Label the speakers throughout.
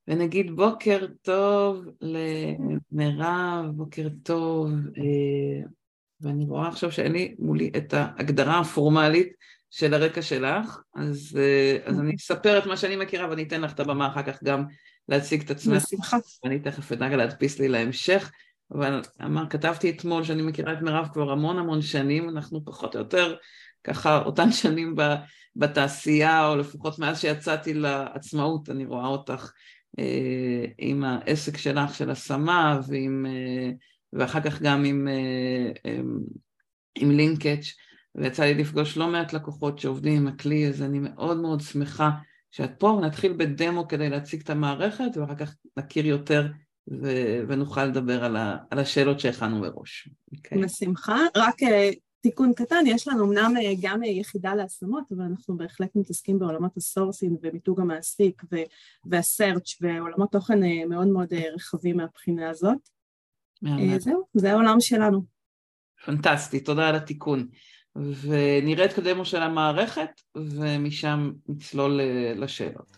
Speaker 1: ונגיד בוקר טוב למירב, בוקר טוב, ואני רואה עכשיו שאין לי מולי את ההגדרה הפורמלית של הרקע שלך, אז אני אספר את מה שאני מכירה ואני אתן לך את הבמה אחר כך גם להציג את עצמך.
Speaker 2: בשמחה.
Speaker 1: ואני תכף אדאג להדפיס לי להמשך, אבל כתבתי אתמול שאני מכירה את מירב כבר המון שנים, אנחנו פחות או יותר ככה אותן שנים בתעשייה, או לפחות מאז שיצאתי לעצמאות, אני רואה אותך עם העסק שלך של השמה, ואחר כך גם עם לינקאץ', ויצא לי לפגוש לא מעט לקוחות שעובדים עם הכלי, אז אני מאוד שמחה שאת פה, ונתחיל בדמו כדי להציג את המערכת, ואחר כך נכיר יותר ונוכל לדבר על השאלות שהכנו מראש.
Speaker 2: בשמחה, רק תיקון קטן, יש לנו אמנם גם יחידה להשמות, אבל אנחנו בהחלט מתעסקים בעולמות הסורסינג ומיתוג המעסיק והסרצ' ועולמות תוכן מאוד רחבים מהבחינה הזאת. זהו, זה העולם שלנו.
Speaker 1: פנטסטי, תודה על התיקון. ונראה את קדמו של המערכת, ומשם נצלול לשאלות.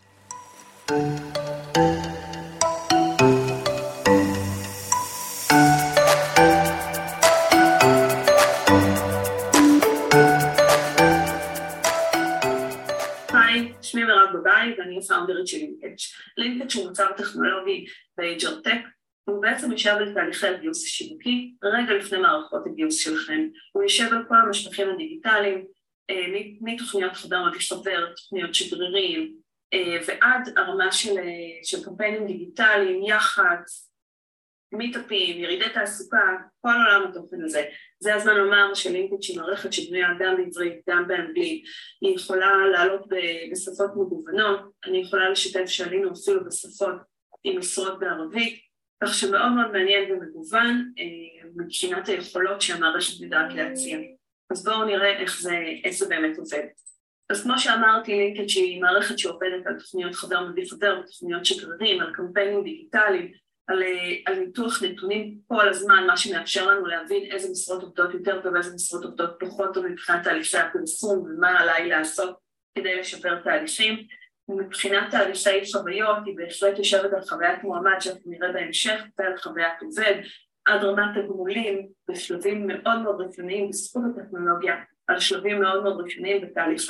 Speaker 3: שמי מירב בבאי ואני הפאונדרית של לינקאץ'. לינקאץ' הוא מוצר טכנולוגי באג'רטק, הוא בעצם יושב על תהליכי הגיוס השיווקי, רגע לפני מערכות הגיוס שלכם. הוא יושב על כל המשטחים הדיגיטליים, מתוכניות חדר מגיש חבר, תוכניות שגרירים, ועד הרמה של קמפיינים דיגיטליים, יח"צ, מיטאפים, ירידי תעסוקה, כל עולם התוכן הזה. זה הזמן לומר שלינקאץ' היא מערכת שבנויה גם בעברית, גם באנגלית, היא יכולה לעלות בשפות מגוונות, אני יכולה לשתף שעלינו אפילו בשפות עם משרות בערבית, כך שמאוד מעניין ומגוון מבחינת היכולות שהמערכת יודעת להציע. אז בואו נראה איך זה באמת עובד. אז כמו שאמרתי, לינקאץ' היא מערכת שעובדת על תוכניות חבר מביא חבר, תוכניות שגרירים, על קמפיינים דיגיטליים, על ניתוח נתונים כל הזמן, מה שמאפשר לנו להבין איזה משרות עובדות יותר טוב, איזה משרות עובדות פחות טוב מבחינת תהליכי הפרסום, ומה עליי לעשות כדי לשפר תהליכים. ומבחינת תהליכי חוויות, היא בהחלט יושבת על חוויית מועמד שאנחנו נראה בהמשך, ועל חוויית עובד, עד רמת הגמולים, בשלבים מאוד ראשוניים בזכות הטכנולוגיה, על שלבים מאוד ראשוניים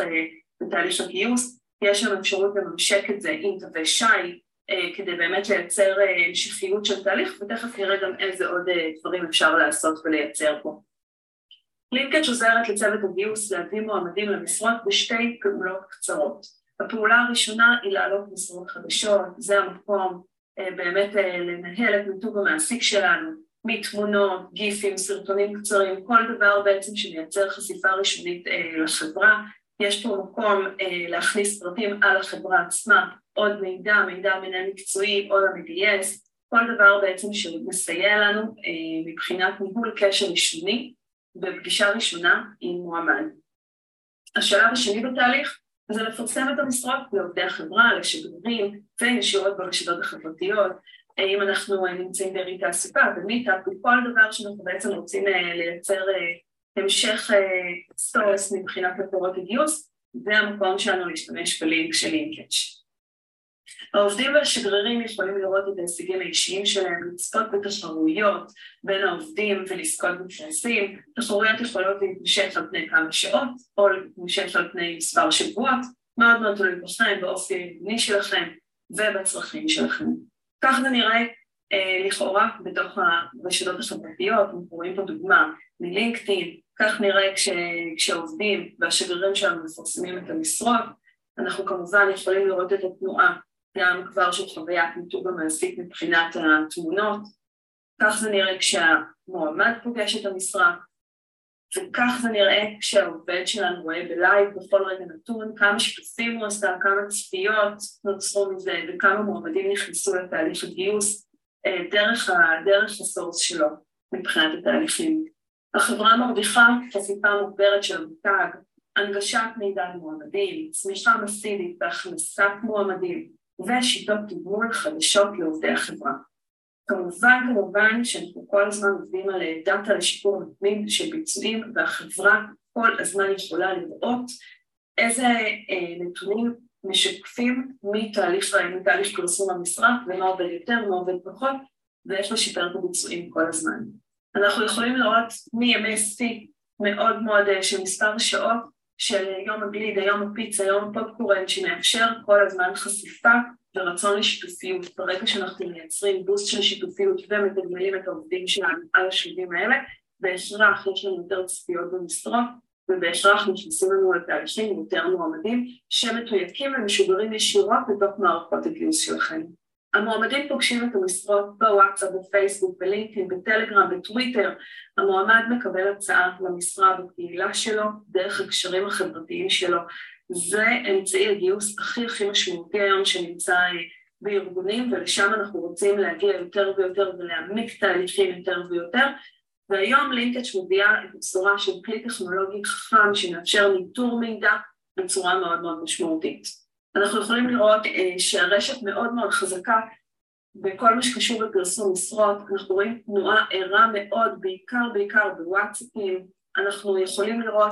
Speaker 3: בתהליך הגיוס. יש לנו אפשרות לממשק את זה עם תווי שי, כדי באמת לייצר המשכיות של תהליך, ותכף נראה גם איזה עוד דברים אפשר לעשות ולייצר פה. לינקאץ' עוזרת לצוות הגיוס להביא מועמדים למשרות בשתי פעולות קצרות. הפעולה הראשונה היא להעלות משרות חדשות, זה המקום באמת לנהל את מיתוג המעסיק שלנו, מתמונות, גיפים, סרטונים קצרים, כל דבר בעצם שמייצר חשיפה ראשונית לחברה. יש פה מקום להכניס פרטים על החברה עצמה, עוד מידע מנהל מקצועי, עוד ה-BDS, כל דבר בעצם שמסייע לנו מבחינת ניהול קשר ראשוני בפגישה ראשונה עם מועמד. השלב השני בתהליך זה לפרסם את המשרות לעובדי החברה, לשגרירים וישירות ברשתות החברתיות, אם אנחנו נמצאים ביריד תעסוקה, במיטאפ, כל דבר שאנחנו בעצם רוצים לייצר המשך סטורס מבחינת מקורות הגיוס, זה המקום שלנו להשתמש בלינק של לינקאץ'. העובדים והשגרירים יכולים לראות את ההישגים האישיים שלהם, לצפות בתחרויות בין העובדים ולזכות בפרסים. תחרויות יכולות להתמשך על פני כמה שעות, או להתמשך על פני מספר שבועות, מאוד תלוי בכם, באופי הארגוני שלכם ובצרכים שלכם. כך זה נראה לכאורה בתוך הרשתות החברתיות. אנחנו רואים פה דוגמה מלינקדאין, כך נראה כשהעובדים והשגרירים שלנו מפרסמים את המשרות. אנחנו כמובן יכולים לראות את התנועה גם כבר של חוויית מיתוג המעסיק מבחינת התמונות, כך זה נראה כשהמועמד פוגש את המשרה, וכך זה נראה כשהעובד שלנו רואה בלייב בכל רגע נתון, כמה שיתופים הוא עשה, כמה צפיות נוצרו מזה, וכמה מועמדים נכנסו לתהליך הגיוס דרך הסורס שלו מבחינת התהליכים. החברה מרוויחה חשיפה מוגברת של המותג, הנגשת מידע למועמדים, צמיחה מסיבית בהכנסת מועמדים, ושיטות תגמול חדשות לעובדי החברה. כמובן שאנחנו כל הזמן עובדים על דאטה לשיפור מתמיד של ביצועים, והחברה כל הזמן יכולה לראות איזה נתונים משקפים מתהליך פרסום המשרה, ומה עובד יותר, מה עובד פחות, ואיך לשפר את הביצועים כל הזמן. אנחנו יכולים לראות מימי שיא מאוד מאוד של מספר שעות, של יום הגליד, היום הפיצה, היום הפופקורן, שמאפשר כל הזמן חשיפה ורצון לשיתופיות. ברגע שאנחנו מייצרים בוסט של שיתופיות ומתגמלים את העובדים שלנו על השלבים האלה, בהכרח יש לנו יותר צפיות במשרות, ובהכרח נכנסים לנו לתהליכים יותר מועמדים שמתויקים ומשוגרים ישירות בתוך מערכות הגיוס שלכם. המועמדים פוגשים את המשרות בוואטסאפ, בפייסבוק, בלינקדאין, בטלגרם, בטוויטר. המועמד מקבל הצעה למשרה בקהילה שלו, דרך הקשרים החברתיים שלו. זה אמצעי הגיוס הכי משמעותי היום שנמצא בארגונים, ולשם אנחנו רוצים להגיע יותר ויותר ולהעמיק תהליכים יותר ויותר. והיום לינקדאין מביאה את הבשורה של כלי טכנולוגי חכם שמאפשר ניטור מידע בצורה מאוד מאוד משמעותית. אנחנו יכולים לראות שהרשת מאוד מאוד חזקה בכל מה שקשור בפרסום משרות. אנחנו רואים תנועה ערה מאוד, בעיקר בוואטסאפים. אנחנו יכולים לראות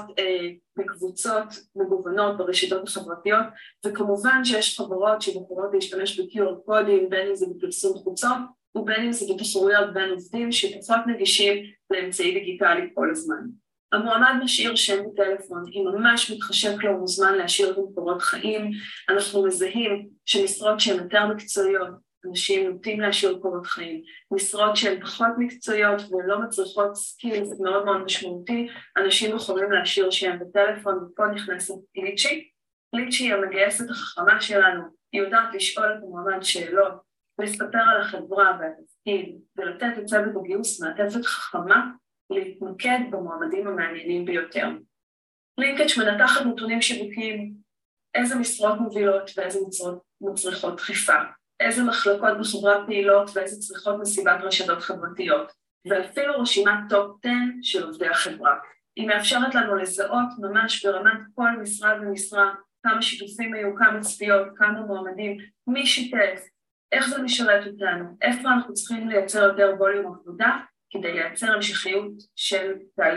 Speaker 3: בקבוצות מגוונות ברשתות החברתיות, וכמובן שיש חברות שבוחרות להשתמש ב-QR קודים, בין אם זה בפרסום חוצות, ובין אם זה בתחרויות בין עובדים שפחות נגישים לאמצעי דיגיטלי כל הזמן. המועמד משאיר שם בטלפון, אם ממש מתחשק לו מוזמן להשאיר את מקורות חיים. אנחנו מזהים שמשרות שהן יותר מקצועיות, אנשים נוטים להשאיר קורות חיים. משרות שהן פחות מקצועיות ולא מצריכות סקילס מאוד מאוד משמעותי, אנשים יכולים להשאיר שם בטלפון, ופה נכנסת ליצ'י. ליצ'י היא המגייסת החכמה שלנו, היא יודעת לשאול את המועמד שאלות, ולספר על החברה והתפקיד, ולתת לצוות הגיוס מעטפת חכמה, להתמקד במועמדים המעניינים ביותר. לינקדאין מנתחת נתונים שיווקיים, איזה משרות מובילות ואיזה משרות מצריכות דחיפה, איזה מחלקות בחברה פעילות ואיזה צריכות מסיבת רשתות חברתיות, ואפילו רשימת טופ 10 של עובדי החברה. היא מאפשרת לנו לזהות ממש ברמת כל משרה ומשרה, כמה שיתופים היו, כמה צפיות, כמה מועמדים, מי שיתף, איך זה משרת אותנו, איפה אנחנו צריכים לייצר יותר ווליום עבודה, כדי לייצר המשכיות של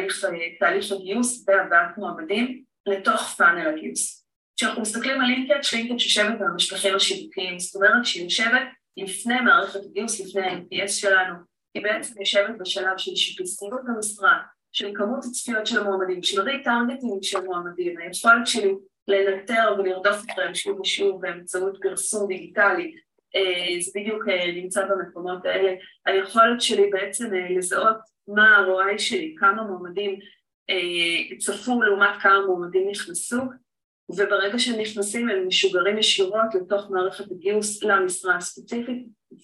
Speaker 3: תהליך הגיוס והבאת מועמדים לתוך פאנל הגיוס. כשאנחנו מסתכלים על לינקדאין יושבת על המשטחים השיווקיים, זאת אומרת שהיא יושבת לפני מערכת הגיוס, לפני ה-NPS שלנו, היא בעצם יושבת בשלב של שיתופיות המשרה, של כמות הצפיות של המועמדים, של ריטרגטינג של מועמדים, היכולת שלי לנטר ולרדוף אחריהם שוב ושוב באמצעות פרסום דיגיטלי, זה בדיוק נמצא במקומות האלה. היכולת שלי בעצם לזהות מה ה-ROI שלי, כמה מועמדים צפו לעומת כמה מועמדים נכנסו, וברגע שהם נכנסים הם משוגרים ישירות לתוך מערכת הגיוס למשרה הספציפית,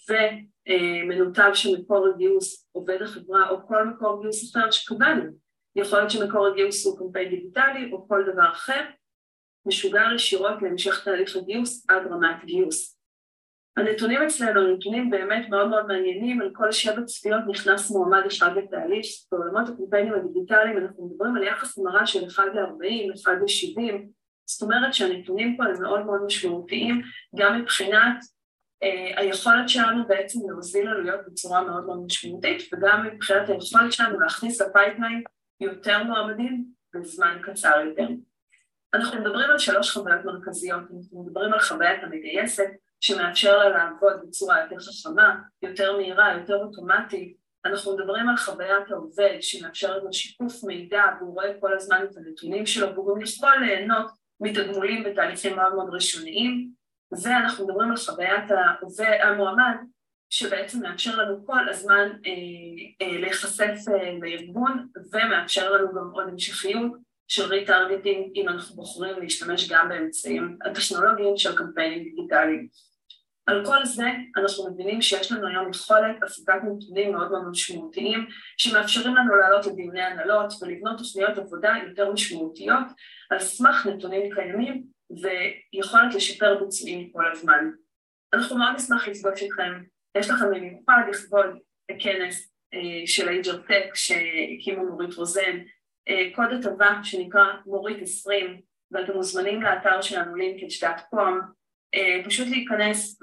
Speaker 3: ומנותב שמקור הגיוס עובד החברה או כל מקור גיוס אחר שקבענו. יכול להיות שמקור הגיוס הוא קמפיין דיגיטלי או כל דבר אחר, משוגר ישירות להמשך תהליך הגיוס עד רמת גיוס. הנתונים אצלנו, הנתונים באמת מאוד מאוד מעניינים, על כל 7 צפיות נכנס מועמד אחד לתהליך. בעולמות הקמפיינים הדיגיטליים אנחנו מדברים על יחס המרה של 1 ל-40, 1 ל-70, זאת אומרת שהנתונים פה הם מאוד מאוד משמעותיים, גם מבחינת היכולת שלנו בעצם להוזיל עלויות בצורה מאוד מאוד משמעותית, וגם מבחינת היכולת שלנו להכניס לפייפליין יותר מועמדים בזמן קצר יותר. אנחנו מדברים על 3 חוויות מרכזיות, אנחנו מדברים על חוויית המגייסת, שמאפשר לה לעבוד בצורה יותר חכמה, יותר מהירה, יותר אוטומטית. אנחנו מדברים על חוויית העובד שמאפשרת לו שיקוף מידע, והוא רואה כל הזמן את הנתונים שלו, והוא גם יכול ליהנות מתגמולים בתהליכים מאוד מאוד ראשוניים, ואנחנו מדברים על חוויית המועמד, שבעצם מאפשר לנו כל הזמן להיחשף לארגון, ומאפשר לנו גם עוד המשכיות של ריטרגטינג, אם אנחנו בוחרים להשתמש גם באמצעים הטכנולוגיים של קמפיינים דיגיטליים. על כל זה אנחנו מבינים שיש לנו היום יכולת הפקת נתונים מאוד מאוד משמעותיים, שמאפשרים לנו לעלות לדיוני הנהלות ולבנות תוכניות עבודה יותר משמעותיות, על סמך נתונים קיימים ויכולת לשפר ביצועים כל הזמן. אנחנו מאוד נשמח לפגוש אתכם, יש לכם במיוחד לכבוד הכנס של AgerTech שהקימה מורית רוזן, קוד הטבה שנקרא מורית 20, ואתם מוזמנים לאתר שלנו linkage.com, פשוט להיכנס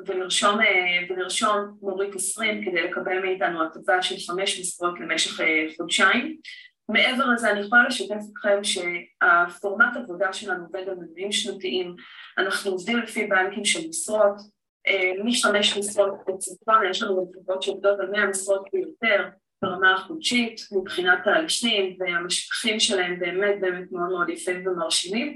Speaker 3: ולרשום מורית 20 כדי לקבל מאיתנו הטבה של 5 משרות למשך חודשיים, מעבר לזה אני יכולה לשתף אתכם שהפורמט עבודה שלנו עובד על מנויים שנתיים, אנחנו עובדים לפי בנקים של משרות, מ5 משרות בצפון, יש לנו חברות שעובדות על 100 משרות ביותר ברמה החודשית, מבחינת תהליכים והמשפחים שלהם באמת מאוד מאוד יפים ומרשימים.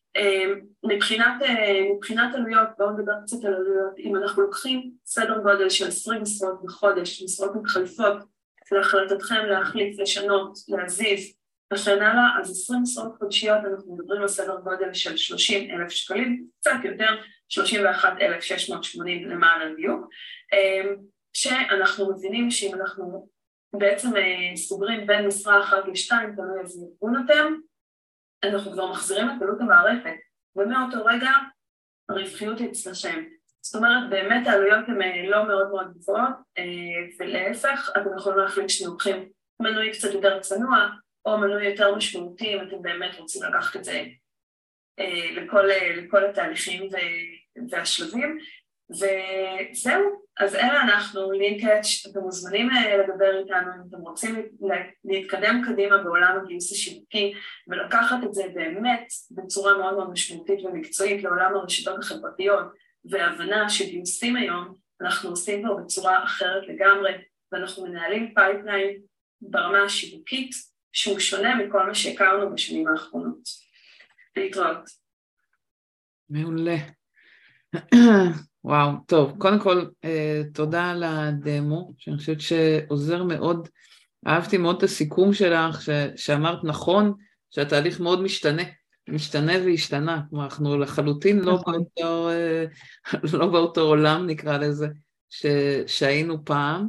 Speaker 3: מבחינת עלויות, בואו נדבר קצת על עלויות, אם אנחנו לוקחים סדר גודל של 20 משרות בחודש, משרות מתחלפות, להחלטתכם להחליף, לשנות, להזיז, וכן הלאה, אז 20 משרות חודשיות אנחנו מדברים על סדר גודל של 30,000 שקלים, קצת יותר, 31,680 למען הדיוק, שאנחנו מבינים שאם אנחנו בעצם סוגרים בין משרה אחת לשתיים, תלוי איזה ארגון אתם, אנחנו כבר מחזירים את עלות המערכת, ומאותו רגע הרווחיות אצלכם. זאת אומרת, באמת העלויות הן לא מאוד מאוד גבוהות, ולהפך, אתם יכולים להחליט שאתם לוקחים מנוי קצת יותר צנוע, או מנוי יותר משמעותי, אם אתם באמת רוצים לקחת את זה לכל התהליכים והשלבים. וזהו, אז אלה אנחנו, לינקאץ', אתם מוזמנים לדבר איתנו, אם אתם רוצים להתקדם קדימה בעולם הגיוס השיווקי, ולקחת את זה באמת בצורה מאוד מאוד משמעותית ומקצועית לעולם הרשתות החברתיות, והבנה שגיוסים היום אנחנו עושים כבר בצורה אחרת לגמרי, ואנחנו מנהלים פייפליין ברמה השיווקית, שהוא שונה מכל מה שהכרנו בשנים האחרונות. להתראות.
Speaker 1: מעולה. וואו, טוב, קודם כל תודה על הדמו, שאני חושבת שעוזר מאוד, אהבתי מאוד את הסיכום שלך, שאמרת נכון, שהתהליך מאוד משתנה והשתנה, כלומר אנחנו לחלוטין לא באותו עולם נקרא לזה, שהיינו פעם,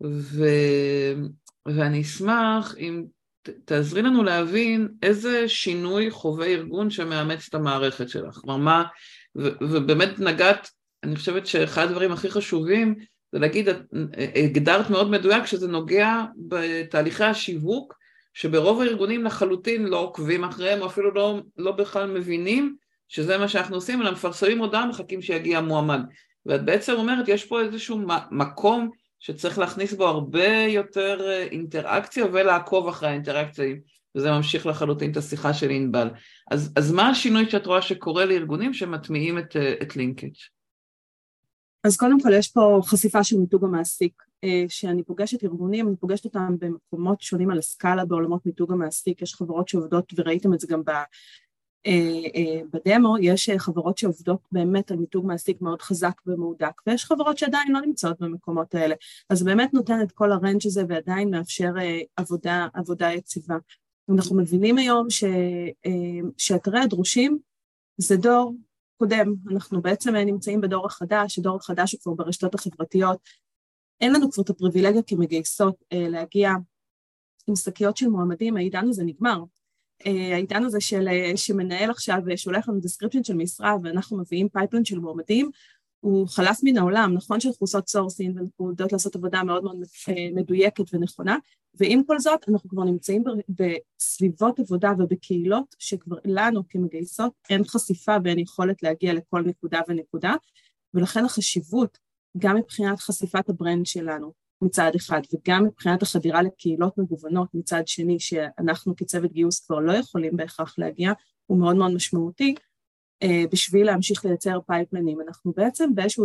Speaker 1: ואני אשמח אם תעזרי לנו להבין איזה שינוי חווה ארגון שמאמץ את המערכת שלך, כלומר מה, ובאמת נגעת, אני חושבת שאחד הדברים הכי חשובים, זה להגיד, הגדרת מאוד מדויק שזה נוגע בתהליכי השיווק, שברוב הארגונים לחלוטין לא עוקבים אחריהם, או אפילו לא בכלל מבינים שזה מה שאנחנו עושים, אלא מפרסמים הודעה, מחכים שיגיע מועמד. ואת בעצם אומרת, יש פה איזשהו מקום שצריך להכניס בו הרבה יותר אינטראקציה, ולעקוב אחרי האינטראקציה, וזה ממשיך לחלוטין את השיחה של ענבל. אז מה השינוי שאת רואה שקורה לארגונים שמטמיעים את לינקאץ'?
Speaker 2: אז קודם כל יש פה חשיפה של מיתוג המעסיק, שאני פוגשת ארגונים, אני פוגשת אותם במקומות שונים על הסקאלה בעולמות מיתוג המעסיק, יש חברות שעובדות, וראיתם את זה גם בדמו, יש חברות שעובדות באמת על מיתוג מעסיק מאוד חזק ומהודק, ויש חברות שעדיין לא נמצאות במקומות האלה, אז באמת נותן את כל הרנג' הזה ועדיין מאפשר עבודה יציבה. אנחנו מבינים היום שאתרי הדרושים זה דור קודם, אנחנו בעצם נמצאים בדור החדש, הדור החדש הוא כבר ברשתות החברתיות, אין לנו כבר את הפריבילגיה כמגייסות להגיע עם שקיות של מועמדים, העידן הזה נגמר, העידן הזה שמנהל עכשיו שולח לנו דסקריפשן של משרה ואנחנו מביאים פייפליין של מועמדים, הוא חלף מן העולם, נכון שאנחנו עושות סורסינג ואנחנו יודעות לעשות עבודה מאוד מאוד מדויקת ונכונה, ועם כל זאת אנחנו כבר נמצאים בסביבות עבודה ובקהילות שכבר לנו כמגייסות אין חשיפה ואין יכולת להגיע לכל נקודה ונקודה, ולכן החשיבות גם מבחינת חשיפת הברנד שלנו מצד אחד, וגם מבחינת החדירה לקהילות מגוונות מצד שני, שאנחנו כצוות גיוס כבר לא יכולים בהכרח להגיע, הוא מאוד מאוד משמעותי, בשביל להמשיך לייצר פייפלנים. אנחנו בעצם באיזשהו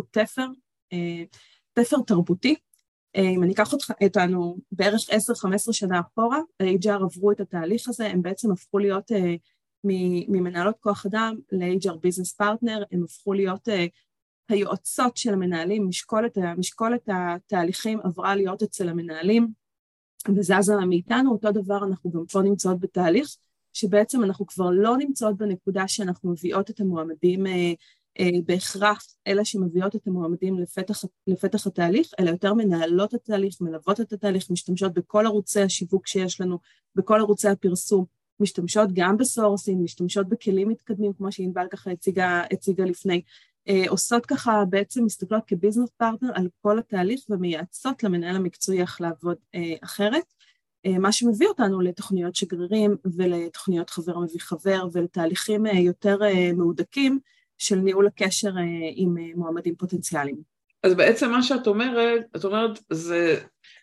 Speaker 2: תפר תרבותי, אם אני אקח אותנו בערך 10-15 שנה אחורה, ה-HR עברו את התהליך הזה, הם בעצם הפכו להיות ממנהלות כוח אדם ל-HR ביזנס פרטנר, הם הפכו להיות היועצות של המנהלים, משקולת התהליכים עברה להיות אצל המנהלים, וזזה מאיתנו, אותו דבר אנחנו גם פה נמצאות בתהליך, שבעצם אנחנו כבר לא נמצאות בנקודה שאנחנו מביאות את המועמדים בהכרח, אלא שמביאות את המועמדים לפתח התהליך, אלא יותר מנהלות את התהליך, מלוות את התהליך, משתמשות בכל ערוצי השיווק שיש לנו, בכל ערוצי הפרסום, משתמשות גם בסורסים, משתמשות בכלים מתקדמים, כמו שענבל ככה הציגה לפני, עושות ככה בעצם מסתכלות כביזנס פרטנר על כל התהליך, ומייעצות למנהל המקצועי איך לעבוד אחרת, מה שמביא אותנו לתוכניות שגרירים, ולתוכניות חבר מביא חבר, ולתהליכים יותר מהודקים, של ניהול הקשר עם מועמדים פוטנציאליים.
Speaker 1: אז בעצם מה שאת אומרת, זה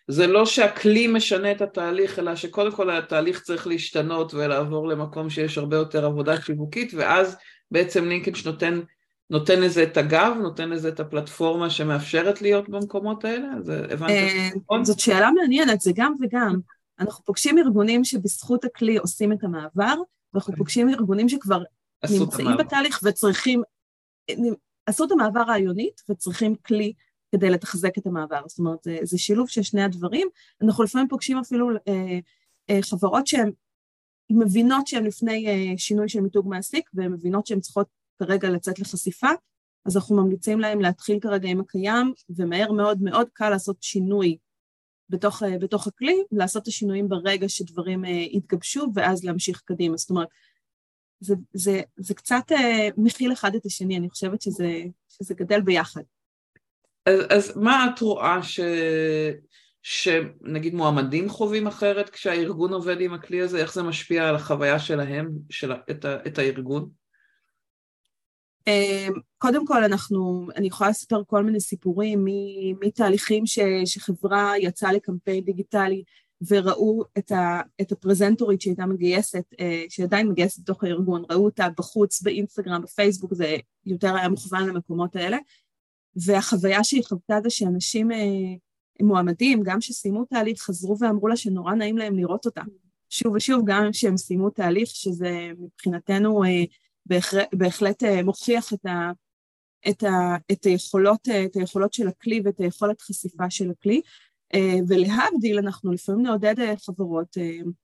Speaker 1: זה לא שהכלי משנה את התהליך, אלא שקודם כל התהליך צריך להשתנות ולעבור למקום שיש הרבה יותר עבודה שיווקית, ואז בעצם לינקדאין נותן לזה את הגב, נותן לזה את הפלטפורמה שמאפשרת להיות במקומות האלה? אז הבנתי.
Speaker 2: זאת שאלה מעניינת, זה גם וגם. אנחנו פוגשים ארגונים שבזכות הכלי עושים את המעבר, ואנחנו פוגשים ארגונים שכבר נמצאים בתהליך וצריכים, עשו את המעבר רעיונית וצריכים כלי כדי לתחזק את המעבר. זאת אומרת, זה שילוב של שני הדברים. אנחנו לפעמים פוגשים אפילו חברות שהן מבינות שהן לפני שינוי של מיתוג מעסיק, והן מבינות שהן צריכות כרגע לצאת לחשיפה, אז אנחנו ממליצים להם להתחיל כרגע עם הקיים, ומהר מאוד מאוד קל לעשות שינוי בתוך הכלי, לעשות את השינויים ברגע שדברים יתגבשו, ואז להמשיך קדימה. זאת אומרת, זה קצת מכיל אחד את השני, אני חושבת שזה גדל ביחד.
Speaker 1: אז מה את רואה שנגיד מועמדים חווים אחרת כשהארגון עובד עם הכלי הזה? איך זה משפיע על החוויה שלהם, את הארגון?
Speaker 2: קודם כל אני יכולה לספר כל מיני סיפורים מתהליכים שחברה יצאה לקמפיין דיגיטלי וראו את הפרזנטורית שהייתה מגייסת, שעדיין מגייסת בתוך הארגון, ראו אותה בחוץ, באינסטגרם, בפייסבוק, זה יותר היה מוכוון למקומות האלה, והחוויה שהיא חוותה זה שאנשים מועמדים, גם שסיימו תהליך, חזרו ואמרו לה שנורא נעים להם לראות אותה, שוב ושוב, גם שהם סיימו תהליך, שזה מבחינתנו בהחלט מוכיח את היכולות של הכלי ואת היכולת חשיפה של הכלי, ולהבדיל אנחנו לפעמים נעודד חברות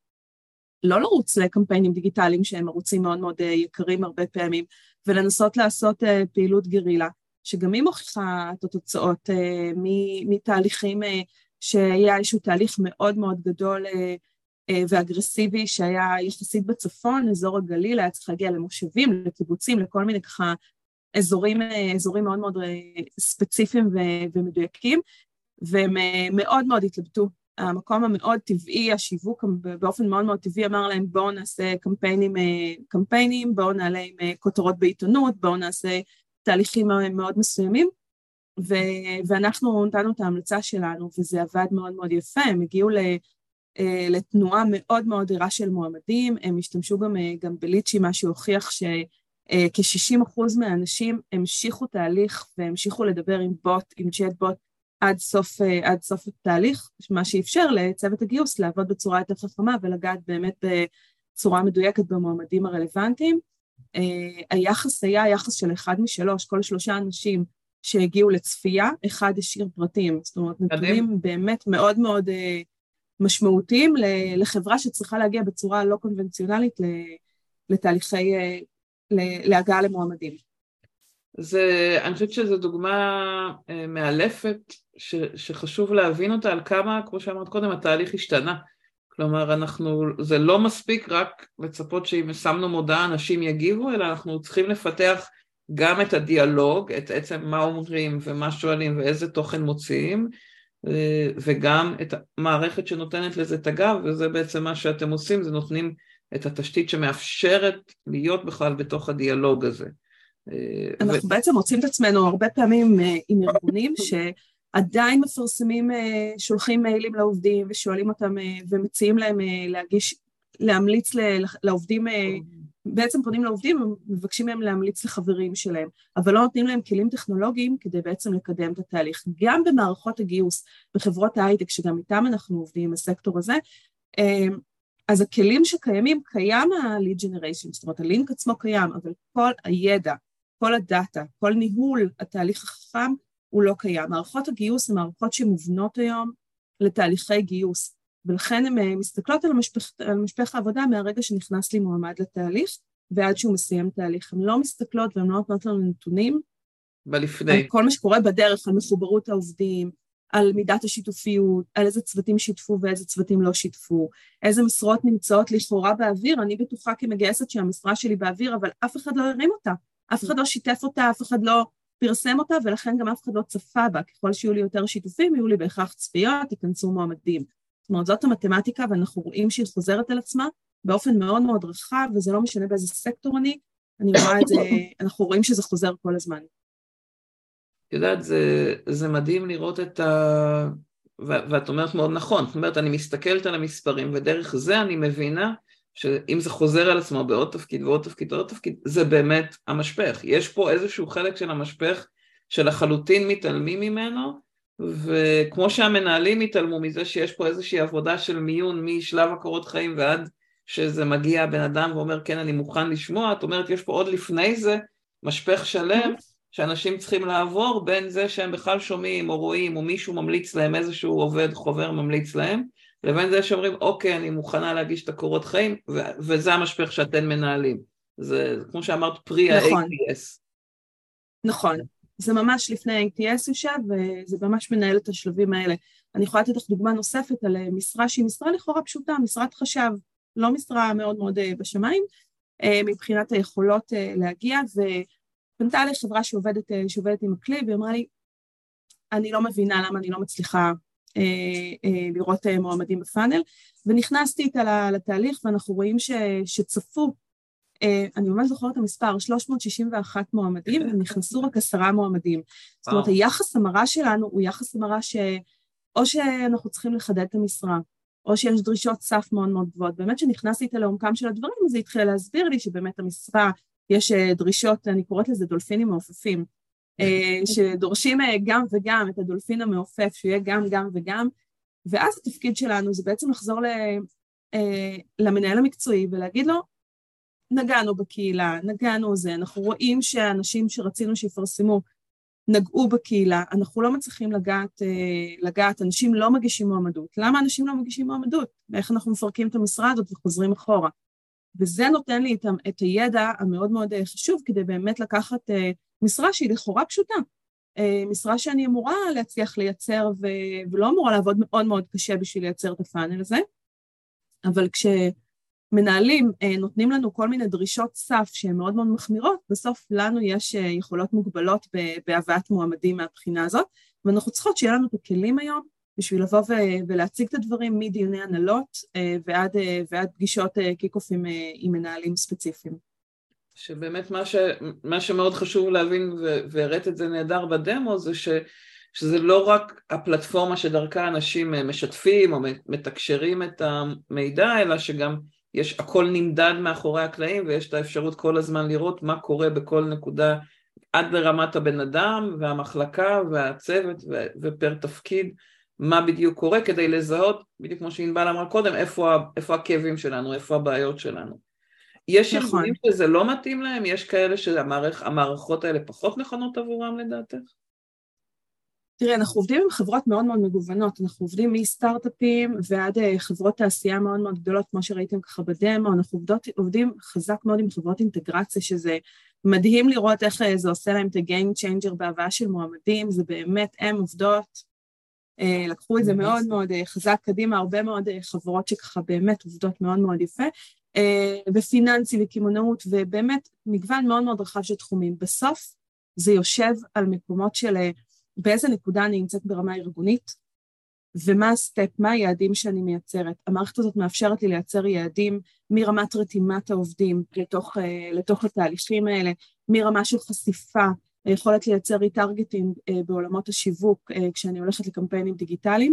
Speaker 2: לא לרוץ לקמפיינים דיגיטליים שהם ערוצים מאוד מאוד יקרים הרבה פעמים, ולנסות לעשות פעילות גרילה, שגם היא מוכיחה את התוצאות מתהליכים שהיה איזשהו תהליך מאוד מאוד גדול ואגרסיבי שהיה יחסית בצפון, אזור הגליל, היה צריך להגיע למושבים, לקיבוצים, לכל מיני ככה אזורים מאוד מאוד ספציפיים ומדויקים, והם מאוד מאוד התלבטו. המקום המאוד טבעי, השיווק באופן מאוד מאוד טבעי אמר להם בואו נעשה קמפיינים, בואו נעלה עם כותרות בעיתונות, בואו נעשה תהליכים מאוד מסוימים, ואנחנו נתנו את ההמלצה שלנו, וזה עבד מאוד מאוד יפה, הם הגיעו לתנועה מאוד מאוד ערה של מועמדים, הם השתמשו גם בליצ'י, מה שהוכיח שכ-60% מהאנשים המשיכו תהליך, והמשיכו לדבר עם צ'אט בוט, עד סוף התהליך, מה שאפשר לצוות הגיוס לעבוד בצורה יותר חכמה, ולגעת באמת בצורה מדויקת במועמדים הרלוונטיים. היחס היה יחס של 1-3, כל 3 אנשים שהגיעו לצפייה, אחד השאיר פרטים, זאת אומרת, נתונים באמת מאוד מאוד משמעותיים לחברה שצריכה להגיע בצורה לא קונבנציונלית לתהליכי, להגעה למועמדים.
Speaker 1: אני חושבת שזו דוגמה מאלפת שחשוב להבין אותה על כמה, כמו שאמרת קודם, התהליך השתנה. כלומר, זה לא מספיק רק לצפות שאם שמנו מודעה אנשים יגיבו, אלא אנחנו צריכים לפתח גם את הדיאלוג, את עצם מה אומרים ומה שואלים ואיזה תוכן מוציאים, וגם את המערכת שנותנת לזה את הגב, וזה בעצם מה שאתם עושים, זה נותנים את התשתית שמאפשרת להיות בכלל בתוך הדיאלוג הזה.
Speaker 2: אנחנו בעצם מוצאים את עצמנו הרבה פעמים עם ארגונים שעדיין מפרסמים, שולחים מיילים לעובדים ושואלים אותם ומציעים להם להמליץ לעובדים, בעצם פונים לעובדים ומבקשים מהם להמליץ לחברים שלהם, אבל לא נותנים להם כלים טכנולוגיים כדי בעצם לקדם את התהליך. גם במערכות הגיוס, בחברות ההייטק, שגם איתם אנחנו עובדים, הסקטור הזה, אז הכלים שקיימים, קיים ה-lead generation, זאת אומרת, הלינק עצמו קיים, אבל כל הידע, כל הדאטה, כל ניהול התהליך החכם, הוא לא קיים. מערכות הגיוס הן מערכות שמובנות היום לתהליכי גיוס, ולכן הן מסתכלות על משפך העבודה מהרגע שנכנס לי מועמד לתהליך, ועד שהוא מסיים תהליך. הן לא מסתכלות והן לא נותנות לנו נתונים,
Speaker 1: בלפני.
Speaker 2: על כל מה שקורה בדרך, על מחוברות העובדים, על מידת השיתופיות, על איזה צוותים שיתפו ואיזה צוותים לא שיתפו, איזה משרות נמצאות לכאורה באוויר, אני בטוחה כמגייסת שהמשרה שלי באוויר, אבל אף אחד לא הרים אותה, אף אחד לא שיתף אותה, אף אחד לא פרסם אותה, ולכן גם אף אחד לא צפה בה, ככל שיהיו לי יותר שיתופים, יהיו לי בהכרח צפיות, ייכנסו מועמדים. זאת אומרת, זאת המתמטיקה, ואנחנו רואים שהיא חוזרת על עצמה, באופן מאוד מאוד רחב, וזה לא משנה באיזה סקטור אני רואה את זה, אנחנו רואים שזה חוזר כל הזמן.
Speaker 1: יודעת, זה מדהים לראות ואת אומרת מאוד נכון, זאת אומרת, אני מסתכלת על המספרים, ודרך זה אני מבינה שאם זה חוזר על עצמו בעוד תפקיד ועוד תפקיד ועוד תפקיד, זה באמת המשפך. יש פה איזשהו חלק של המשפך שלחלוטין מתעלמים ממנו, וכמו שהמנהלים התעלמו מזה שיש פה איזושהי עבודה של מיון משלב הקורות חיים ועד שזה מגיע בן אדם ואומר כן אני מוכן לשמוע, את אומרת יש פה עוד לפני זה משפך שלם שאנשים צריכים לעבור בין זה שהם בכלל שומעים או רואים או מישהו ממליץ להם, איזשהו עובד חובר ממליץ להם, לבין זה שאומרים אוקיי אני מוכנה להגיש את הקורות חיים, וזה המשפך שאתן מנהלים. זה כמו שאמרת פרי ה-ATS.
Speaker 2: נכון, זה ממש לפני ה-ATS יושב וזה ממש מנהל את השלבים האלה. אני יכולה לתת לך דוגמה נוספת על משרה שהיא משרה לכאורה פשוטה, משרת חשב, לא משרה מאוד מאוד בשמיים, מבחינת היכולות להגיע, ופנתה לי חברה שעובדת עם הכלי, והיא אמרה לי, אני לא מבינה למה אני לא מצליחה לראות מועמדים בפאנל, ונכנסתי איתה לתהליך, ואנחנו רואים שצפו, אני ממש זוכרת את המספר, 361 מועמדים, ונכנסו רק 10 מועמדים. זאת אומרת, היחס המרה שלנו הוא יחס המרה או שאנחנו צריכים לחדד את המשרה, או שיש דרישות סף מאוד מאוד גבוהות. באמת שנכנסתי איתה לעומקם של הדברים, זה התחיל להסביר לי שבאמת המשרה, יש דרישות, אני קוראת לזה דולפינים מעופפים, שדורשים גם וגם את הדולפין המעופף, שיהיה גם וגם, ואז התפקיד שלנו זה בעצם לחזור למנהל המקצועי ולהגיד לו, נגענו בקהילה, נגענו זה, אנחנו רואים שאנשים שרצינו שיפרסמו, נגעו בקהילה, אנחנו לא מצליחים לגעת, אנשים לא מגישים מועמדות. למה אנשים לא מגישים מועמדות? ואיך אנחנו מפרקים את המשרה הזאת וחוזרים אחורה? וזה נותן לי את הידע המאוד מאוד חשוב, כדי באמת לקחת משרה שהיא לכאורה פשוטה. משרה שאני אמורה להצליח לייצר, ולא אמורה לעבוד מאוד מאוד קשה בשביל לייצר את הפאנל הזה, אבל מנהלים נותנים לנו כל מיני דרישות סף שהן מאוד מאוד מחמירות, בסוף לנו יש יכולות מוגבלות בהבאת מועמדים מהבחינה הזאת, ואנחנו צריכות שיהיה לנו את הכלים היום, בשביל לבוא ולהציג את הדברים מדיוני הנהלות ועד פגישות קיק-אוף עם מנהלים ספציפיים.
Speaker 1: שבאמת מה שמאוד חשוב להבין, והראית את זה נהדר בדמו, זה שזה לא רק הפלטפורמה שדרכה אנשים משתפים או מתקשרים את המידע, אלא שגם יש הכל נמדד מאחורי הקלעים, ויש את האפשרות כל הזמן לראות מה קורה בכל נקודה, עד לרמת הבן אדם והמחלקה והצוות ופר תפקיד, מה בדיוק קורה, כדי לזהות, בדיוק כמו שענבל אמרה קודם, איפה הכאבים שלנו, איפה הבעיות שלנו. יש ארגונים שזה לא מתאים להם, יש כאלה שהמערכות האלה פחות נכונות עבורם לדעתך?
Speaker 2: תראה, אנחנו עובדים עם חברות מאוד מאוד מגוונות, אנחנו עובדים מסטארט-אפים ועד חברות תעשייה מאוד מאוד גדולות, כמו שראיתם ככה בדמו, אנחנו עובדים חזק מאוד עם חברות אינטגרציה, שזה מדהים לראות איך זה עושה להם את ה-game changer בהבאה של מועמדים, זה באמת, הם עובדות, לקחו את זה מאוד מאוד חזק קדימה, הרבה מאוד חברות שככה באמת עובדות מאוד מאוד יפה, ופיננסי וכימונאות, ובאמת מגוון מאוד מאוד רחב של תחומים. בסוף זה יושב על מקומות של באיזה נקודה אני נמצאת ברמה ארגונית, ומה הסטפ, מה היעדים שאני מייצרת. המערכת הזאת מאפשרת לי לייצר יעדים מרמת רתימת העובדים לתוך התהליכים האלה, מרמה של חשיפה, היכולת לייצר ריטרגטינג בעולמות השיווק, כשאני הולכת לקמפיינים דיגיטליים,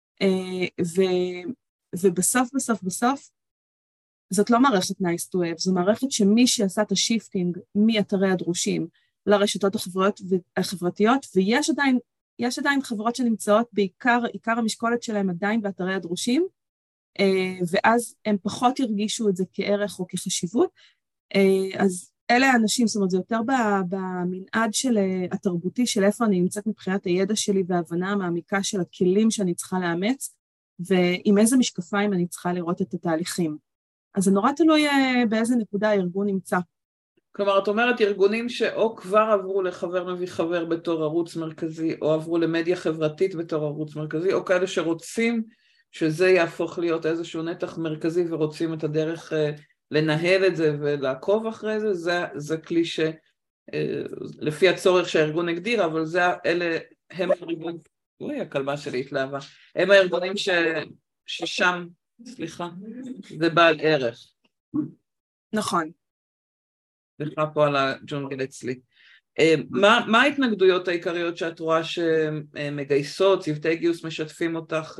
Speaker 2: ובסוף, זאת לא מערכת nice to have, זו מערכת שמי שעשה את השיפטינג מאתרי הדרושים לרשתות החברתיות, ויש עדיין חברות שנמצאות עיקר המשקולת שלהם עדיין באתרי הדרושים, ואז הם פחות ירגישו את זה כערך או כחשיבות, אז אלה האנשים, זאת אומרת, זה יותר במנעד של התרבותי של איפה אני נמצאת מבחינת הידע שלי וההבנה המעמיקה של הכלים שאני צריכה לאמץ, ועם איזה משקפיים אני צריכה לראות את התהליכים. אז זה נורא תלוי באיזה נקודה הארגון נמצא.
Speaker 1: כלומר, את אומרת ארגונים שאו כבר עברו לחבר מביא חבר בתור ערוץ מרכזי, או עברו למדיה חברתית בתור ערוץ מרכזי, או כאלה שרוצים שזה יהפוך להיות איזשהו נתח מרכזי, ורוצים את הדרך לנהל את זה ולעקוב אחרי זה, זה כלי שלפי הצורך שהארגון הגדיר, אבל אלה הם הארגונים, אוי, הכלבה שלי התלהבה, הם הארגונים ששם, סליחה, זה בעל ערך.
Speaker 2: נכון.
Speaker 1: סליחה פה על הג'ונגל אצלי. מה ההתנגדויות העיקריות שאת רואה שמגייסות, צוותי גיוס משתפים אותך,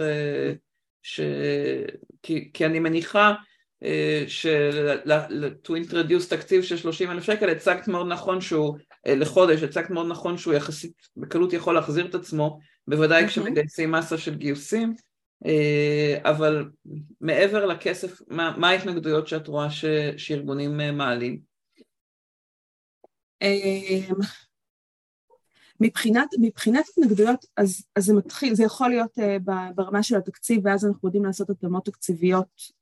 Speaker 1: כי אני מניחה to introduce תקציב של 30,000 שקל, הצגת מאוד נכון שהוא לחודש, הצגת מאוד נכון שהוא יחסית בקלות יכול להחזיר את עצמו, בוודאי כשמגייסים מסה של גיוסים, אבל מעבר לכסף, מה ההתנגדויות שאת רואה שארגונים מעלים?
Speaker 2: מבחינת התנגדויות, אז זה מתחיל, זה יכול להיות ברמה של התקציב, ואז אנחנו יודעים לעשות התאמות תקציביות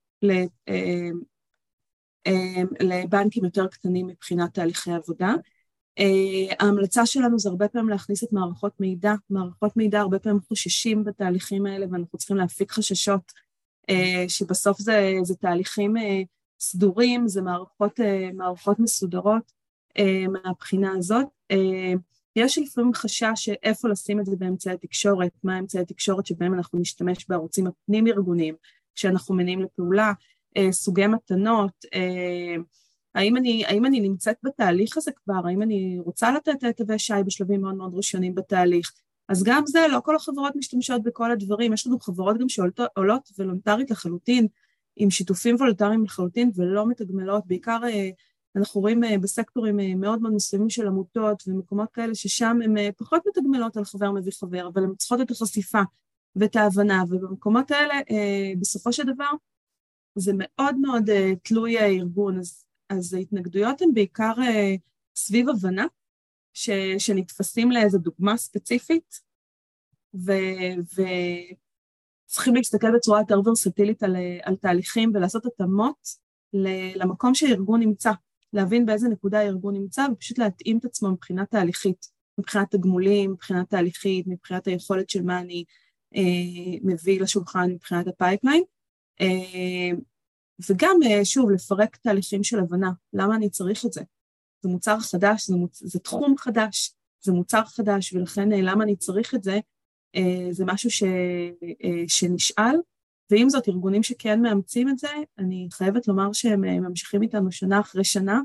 Speaker 2: לבנקים יותר קטנים מבחינת תהליכי עבודה. ההמלצה שלנו זה הרבה פעמים להכניס את מערכות מידע הרבה פעמים חוששים בתהליכים האלה, ואנחנו צריכים להפיק חששות, שבסוף זה תהליכים סדורים, זה מערכות מסודרות מהבחינה הזאת. יש לפעמים חשש איפה לשים את זה באמצעי התקשורת, מה אמצעי התקשורת שבהם אנחנו נשתמש בערוצים הפנים ארגוניים, כשאנחנו מניעים לפעולה, סוגי מתנות, האם אני נמצאת בתהליך הזה כבר, האם אני רוצה לתת את תווי שי בשלבים מאוד מאוד ראשונים בתהליך, אז גם זה, לא כל החברות משתמשות בכל הדברים, יש לנו חברות גם שעולות וולונטרית לחלוטין, עם שיתופים וולונטריים לחלוטין ולא מתגמלות, בעיקר אנחנו רואים בסקטורים מאוד מאוד מסוימים של עמותות ומקומות כאלה ששם הן פחות מתגמלות על חבר מביא חבר, אבל הן צריכות את החשיפה ואת ההבנה, ובמקומות האלה בסופו של דבר זה מאוד מאוד תלוי הארגון, אז ההתנגדויות הן בעיקר סביב הבנה, שנתפסים לאיזו דוגמה ספציפית, וצריכים להסתכל בצורה יותר ורסטילית על תהליכים, ולעשות התאמות למקום שהארגון נמצא, להבין באיזה נקודה הארגון נמצא, ופשוט להתאים את עצמו מבחינה תהליכית, מבחינת תגמולים, מבחינת תהליכית, מבחינת היכולת של מה אני מביא לשולחן, מבחינת הפייפליין, וגם שוב לפרק תהליכים של הבנה, למה אני צריך את זה? זה מוצר חדש, זה תחום חדש, זה מוצר חדש, ולכן למה אני צריך את זה, זה משהו שנשאל, ועם זאת ארגונים שכן מאמצים את זה, אני חייבת לומר שהם ממשיכים איתנו שנה אחרי שנה,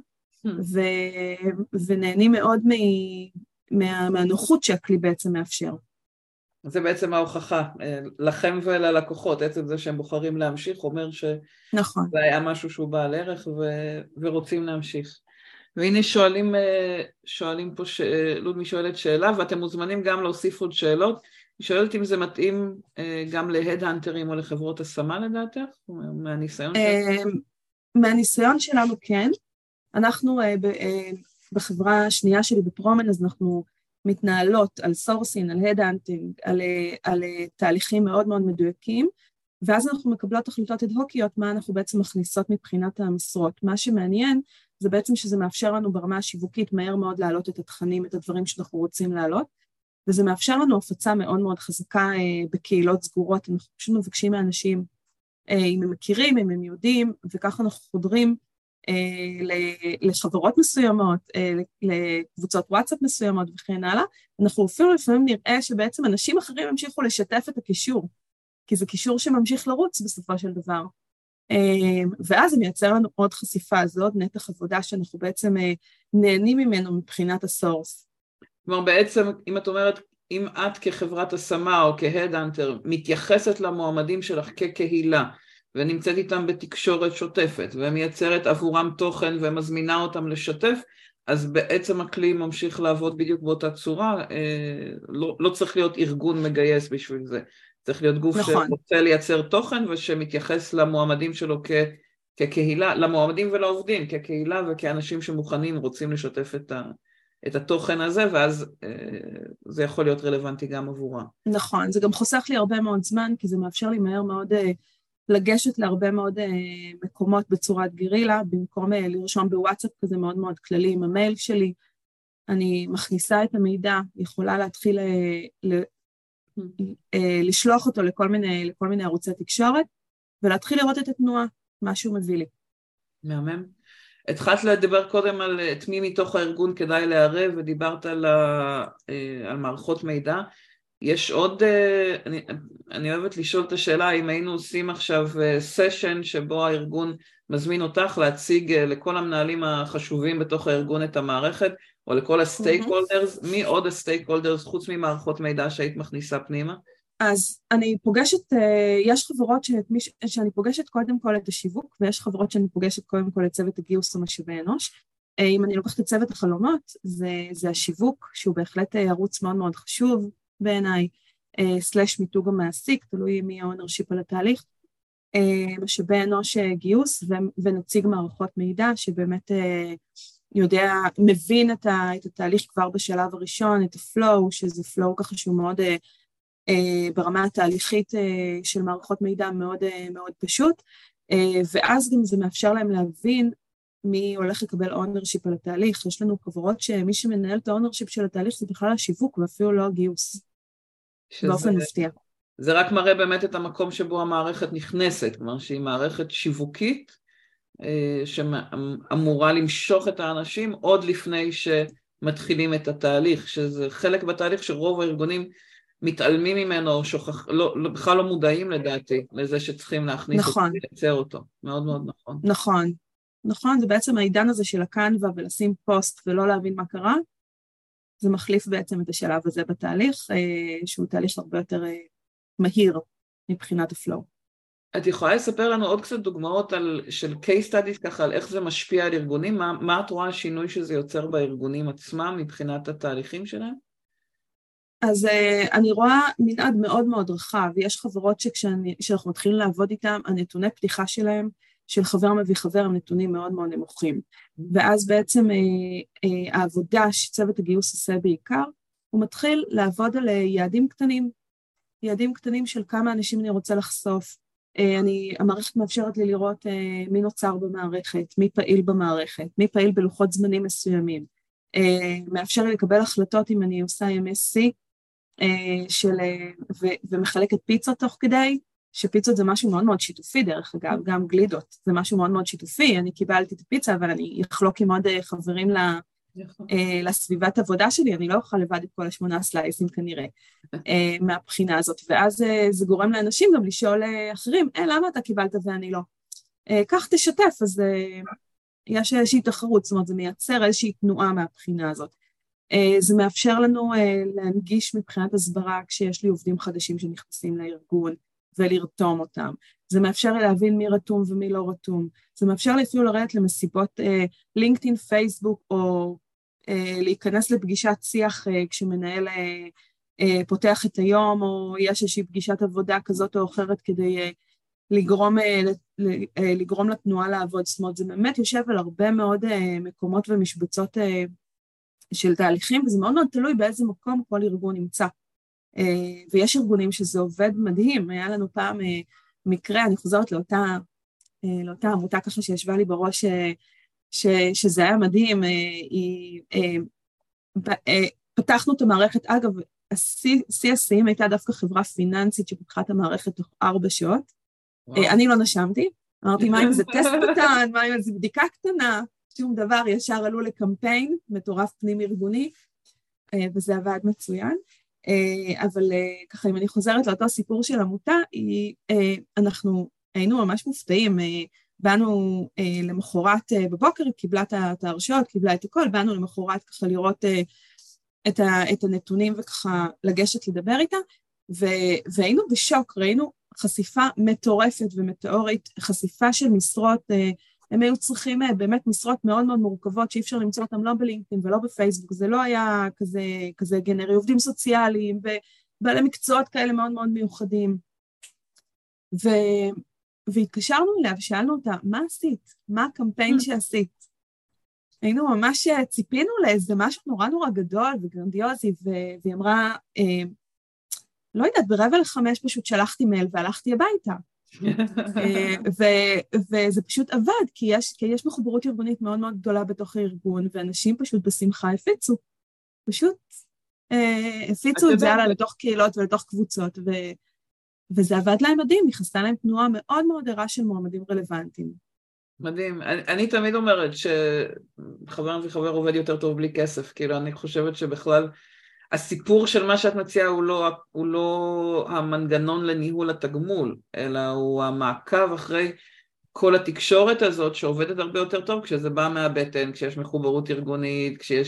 Speaker 2: ונהנים מאוד מהנוחות שהכלי בעצם מאפשר.
Speaker 1: זה בעצם ההוכחה, לכם וללקוחות, עצם זה שהם בוחרים להמשיך, אומר שזה היה משהו שהוא בעל ערך ורוצים להמשיך. והנה שואלים פה, לודמי שואלת שאלה, ואתם מוזמנים גם להוסיף עוד שאלות, היא שואלת אם זה מתאים גם להד-הנטרים או לחברות השמה לדעתך, מהניסיון שלנו?
Speaker 2: מהניסיון שלנו כן, אנחנו בחברה השנייה שלי בפרומן, אז אנחנו מתנהלות על סורסין, על הד-הנטינג, על תהליכים מאוד מאוד מדויקים, ואז אנחנו מקבלות החלטות אד-הוקיות, מה אנחנו בעצם מכניסות מבחינת המשרות. מה שמעניין זה בעצם שזה מאפשר לנו ברמה השיווקית מהר מאוד להעלות את התכנים, את הדברים שאנחנו רוצים להעלות, וזה מאפשר לנו הפצה מאוד מאוד חזקה בקהילות סגורות, אנחנו פשוט מבקשים מאנשים, אם הם מכירים, אם הם יודעים, וככה אנחנו חודרים לחברות מסוימות, לקבוצות וואטסאפ מסוימות וכן הלאה, אנחנו אפילו לפעמים נראה שבעצם אנשים אחרים המשיכו לשתף את הקישור, כי זה קישור שממשיך לרוץ בסופו של דבר. ואז זה מייצר לנו עוד חשיפה, זה עוד נתח עבודה שאנחנו בעצם נהנים ממנו מבחינת הסורס.
Speaker 1: כלומר בעצם, אם את אומרת, אם את כחברת השמה או כהד-הנטר מתייחסת למועמדים שלך כקהילה, ונמצאת איתם בתקשורת שוטפת, ומייצרת עבורם תוכן ומזמינה אותם לשתף, אז בעצם הכלי ממשיך לעבוד בדיוק באותה צורה, לא צריך להיות ארגון מגייס בשביל זה, צריך להיות גוף שרוצה לייצר תוכן, ושמתייחס למועמדים שלו כקהילה, למועמדים ולעובדים, כקהילה וכאנשים שמוכנים, רוצים לשתף את התוכן הזה, ואז זה יכול להיות רלוונטי גם עבורה.
Speaker 2: נכון, זה גם חוסך לי הרבה מאוד זמן, כי זה מאפשר לי מהר מאוד לגשת להרבה מאוד מקומות בצורת גרילה, במקום לרשום בוואטסאפ כזה מאוד מאוד כללי עם המייל שלי, אני מכניסה את המידע, יכולה להתחיל לשלוח אותו לכל מיני ערוצי תקשורת, ולהתחיל לראות את התנועה, מה שהוא מביא לי.
Speaker 1: מהמם. התחלת לדבר קודם על את מי מתוך הארגון כדאי לערב, ודיברת על מערכות מידע. יש עוד, אני אוהבת לשאול את השאלה, אם היינו עושים עכשיו סשן שבו הארגון מזמין אותך להציג לכל המנהלים החשובים בתוך הארגון את המערכת, או לכל הסטייק הולדרס, מי עוד הסטייק הולדרס חוץ ממערכות מידע שהיית מכניסה פנימה?
Speaker 2: אז אני פוגשת, יש חברות שאני פוגשת קודם כל את השיווק, ויש חברות שאני פוגשת קודם כל את צוות הגיוס ומשאבי אנוש. אם אני לוקחת את צוות החלומות, זה השיווק, שהוא בהחלט ערוץ מאוד מאוד חשוב בעיניי, סלש מיתוג המעסיק, תלוי מי האונרשיפ על התהליך, משאבי אנוש גיוס ונציג מערכות מידע, שבאמת יודע, מבין את התהליך כבר בשלב הראשון, את הפלואו, שזה פלואו ככה שהוא מאוד ברמה התהליכית של מערכות מידע מאוד מאוד פשוט, ואז גם זה מאפשר להם להבין מי הולך לקבל אונרשיפ על התהליך. יש לנו חברות שמי שמנהל את האונרשיפ של התהליך זה בכלל השיווק ואפילו לא הגיוס, באופן מפתיע.
Speaker 1: זה רק מראה באמת את המקום שבו המערכת נכנסת, כלומר שהיא מערכת שיווקית, שאמורה למשוך את האנשים עוד לפני שמתחילים את התהליך, שזה חלק בתהליך שרוב הארגונים מתעלמים ממנו, או בכלל לא מודעים לדעתי, לזה שצריכים להכניס
Speaker 2: נכון.
Speaker 1: אותו ולייצר אותו. מאוד מאוד נכון.
Speaker 2: נכון. נכון, זה בעצם העידן הזה של הקנבה ולשים פוסט ולא להבין מה קרה, זה מחליף בעצם את השלב הזה בתהליך, שהוא תהליך הרבה יותר מהיר מבחינת הפלואו.
Speaker 1: את יכולה לספר לנו עוד קצת דוגמאות של case studies ככה, על איך זה משפיע על ארגונים? מה את רואה השינוי שזה יוצר בארגונים עצמם מבחינת התהליכים שלהם?
Speaker 2: אז אני רואה מנעד מאוד מאוד רחב, יש חברות שאנחנו מתחילים לעבוד איתם, הנתוני פתיחה שלהם, של חבר מביא חבר, הם נתונים מאוד מאוד נמוכים. ואז בעצם העבודה שצוות הגיוס עושה בעיקר, הוא מתחיל לעבוד על יעדים קטנים של כמה אנשים אני רוצה לחשוף. המערכת מאפשרת לי לראות מי נוצר במערכת, מי פעיל במערכת, מי פעיל בלוחות זמנים מסוימים. מאפשר לי לקבל החלטות אם אני עושה MSC, ומחלקת פיצות תוך כדי, שפיצות זה משהו מאוד מאוד שיתופי דרך אגב, גם גלידות, זה משהו מאוד מאוד שיתופי, אני קיבלתי את הפיצה, אבל אני אחלוק עם עוד חברים לסביבת עבודה שלי, אני לא אוכל לבד את כל 8 סלייסים כנראה, מהבחינה הזאת, ואז זה גורם לאנשים גם לשאול אחרים, למה אתה קיבלת ואני לא? כך תשתף, אז יש איזושהי תחרות, זאת אומרת, זה מייצר איזושהי תנועה מהבחינה הזאת. זה מאפשר לנו להנגיש מבחינת הסברה, כשיש לי עובדים חדשים שנכנסים לארגון, ולרתום אותם. זה מאפשר לי להבין מי רתום ומי לא רתום. זה מאפשר לי אפילו לרדת למסיבות לינקדאין, פייסבוק, או להיכנס לפגישת שיח כשמנהל פותח את היום, או יש איזושהי פגישת עבודה כזאת או אחרת, כדי לגרום לתנועה לעבוד. זאת אומרת, זה באמת יושב על הרבה מאוד מקומות ומשבצות של תהליכים, וזה מאוד מאוד תלוי באיזה מקום כל ארגון נמצא. ויש ארגונים שזה עובד מדהים, היה לנו פעם מקרה, אני חוזרת לאותה עמותה ככה שישבה לי בראש, שזה היה מדהים, פתחנו את המערכת, אגב, CSCים הייתה דווקא חברה פיננסית שפתחה את המערכת תוך 4 שעות, אני לא נשמתי, אמרתי מה אם זה טסט קטן, מה אם זה בדיקה קטנה, שום דבר, ישר עלו לקמפיין, מטורף פנים ארגוני, וזה עבד מצוין, אבל ככה אם אני חוזרת לאותו סיפור של עמותה, אנחנו היינו ממש מופתעים, באנו למחרת בבוקר, קיבלה את ההרשאות, קיבלה את הכל, באנו למחרת ככה לראות את הנתונים וככה לגשת לדבר איתה, והיינו בשוק, ראינו חשיפה מטורפת ומטאורית, חשיפה של משרות, הם היו צריכים באמת משרות מאוד מאוד מורכבות, שאי אפשר למצוא אותם לא בלינקדאין ולא בפייסבוק, זה לא היה כזה גנרי, עובדים סוציאליים, ובעלי מקצועות כאלה מאוד מאוד מיוחדים. והתקשרנו אליה ושאלנו אותה, מה עשית? מה הקמפיין שעשית? היינו ממש ציפינו לאיזה משהו נורא נורא גדול וגרנדיוזי, והיא אמרה, לא יודעת, 4:45 פשוט שלחתי מייל והלכתי הביתה. וזה פשוט עבד, כי יש מחוברות ארגונית מאוד מאוד גדולה בתוך הארגון, ואנשים פשוט בשמחה פשוט הפיצו את זה הלאה לתוך קהילות ולתוך קבוצות, וזה עבד להם מדהים, נכנסה להם תנועה מאוד מאוד ערה של מועמדים רלוונטיים. מדהים,
Speaker 1: אני תמיד אומרת שחבר וחבר עובד יותר טוב בלי כסף, כאילו אני חושבת שבכלל הסיפור של מה שאת מציעה הוא לא המנגנון לניהול התגמול, אלא הוא המעקב אחרי כל התקשורת הזאת שעובדת הרבה יותר טוב, כשזה בא מהבטן, כשיש מחוברות ארגונית, כשיש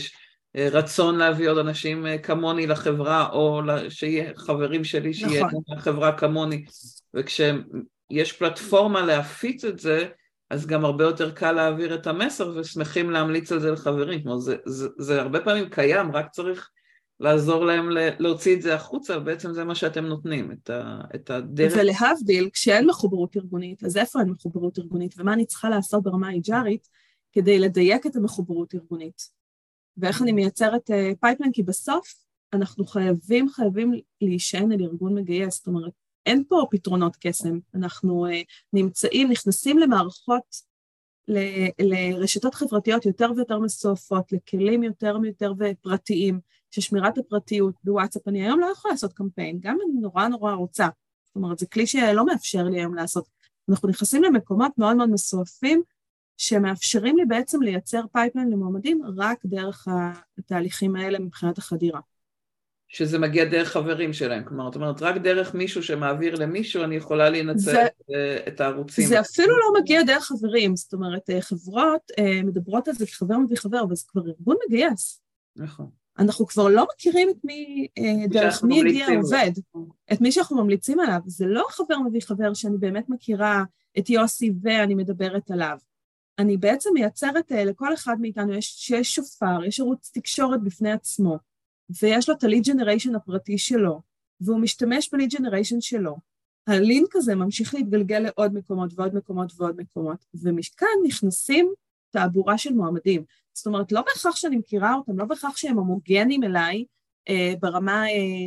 Speaker 1: רצון להביא עוד אנשים כמוני לחברה, או שיהיה חברים שלי שיהיה לחברה כמוני, וכשיש פלטפורמה להפיץ את זה, אז גם הרבה יותר קל להעביר את המסר, ושמחים להמליץ על זה לחברים. כלומר, זה הרבה פעמים קיים, רק צריך לעזור להם להוציא את זה החוצה, ובעצם זה מה שאתם נותנים, את הדרך.
Speaker 2: ולהבדיל, כשאין מחוברות ארגונית, אז איפה אין מחוברות ארגונית, ומה אני צריכה לעשות ברמה ה-HRית, כדי לדייק את המחוברות ארגונית. ואיך אני מייצרת פייפליין, כי בסוף אנחנו חייבים להישען על ארגון מגייס, זאת אומרת, אין פה פתרונות קסם, אנחנו נכנסים למערכות, לרשתות חברתיות יותר ויותר מסועפות, לכלים יותר ויותר ופרטיים, ששמירת הפרטיות בוואטסאפ, אני היום לא יכולה לעשות קמפיין, גם אני נורא רוצה, זאת אומרת, זה כלי שלא מאפשר לי היום לעשות, אנחנו נכנסים למקומות מאוד מאוד מסועפים, שמאפשרים לי בעצם לייצר פייפליין למועמדים, רק דרך התהליכים האלה מבחינת החדירה.
Speaker 1: שזה מגיע דרך חברים שלהם, כלומר, זאת אומרת, רק דרך מישהו שמעביר למישהו, אני יכולה להינצל את הערוצים.
Speaker 2: זה אפילו לא מגיע דרך חברים, זאת אומרת, חברות מדברות על זה כחבר מביא חבר, אבל זה כבר ארגון מגייס.
Speaker 1: נכון.
Speaker 2: אנחנו כבר לא מכירים את מי, דרך מי הגיע עובד, את מי שאנחנו ממליצים עליו, זה לא חבר מביא חבר שאני באמת מכירה את יוסי ואני מדברת עליו. אני בעצם מייצרת לכל אחד מאיתנו, שיש שופר, יש ערוץ תקשורת בפני עצמו, ויש לו את ה-lead generation הפרטי שלו, והוא משתמש ב-lead generation שלו. הלינק הזה ממשיך להתגלגל לעוד מקומות ועוד מקומות ועוד מקומות, ומשכאן נכנסים תעבורה של מועמדים. זאת אומרת, לא בהכרח שאני מכירה אותם, לא בהכרח שהם הומוגנים אליי, ברמה,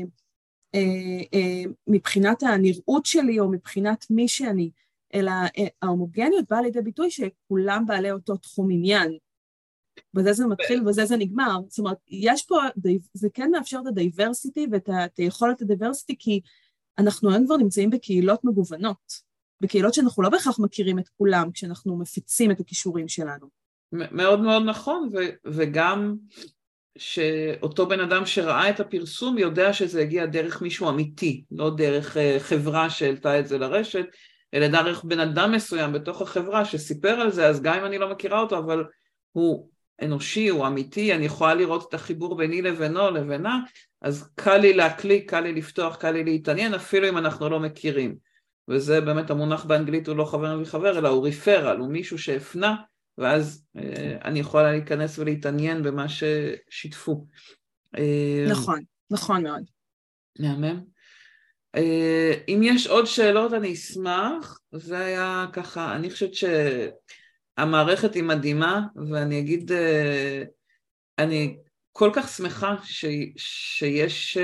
Speaker 2: מבחינת הנראות שלי, או מבחינת מי שאני, אלא ההומוגניות באה לידי ביטוי שכולם בעלי אותו תחום עניין. בזה זה מתחיל ובזה זה נגמר. זאת אומרת, יש פה, זה כן מאפשר את הדייברסיטי ואת היכולת הדייברסיטי, כי אנחנו היום כבר נמצאים בקהילות מגוונות, בקהילות שאנחנו לא בהכרח מכירים את כולם, כשאנחנו מפיצים את הכישורים שלנו.
Speaker 1: מאוד מאוד נכון, וגם שאותו בן אדם שראה את הפרסום יודע שזה הגיע דרך מישהו אמיתי, לא דרך חברה שהעלתה את זה לרשת, אלא דרך בן אדם מסוים בתוך החברה שסיפר על זה, אז גם אם אני לא מכירה אותו, אבל הוא אנושי, הוא אמיתי, אני יכולה לראות את החיבור ביני לבינה, אז קל לי להקליק, קל לי לפתוח, קל לי להתעניין, אפילו אם אנחנו לא מכירים. וזה באמת המונח באנגלית הוא לא חבר מביא חבר, אלא הוא ריפרל, הוא מישהו שהפנה, ואז אני יכולה להיכנס ולהתעניין במה ששיתפו.
Speaker 2: נכון מאוד.
Speaker 1: מהמם. אם יש עוד שאלות אני אשמח, זה היה ככה, אני חושבת שהמערכת היא מדהימה, ואני אגיד, אני כל כך שמחה שיש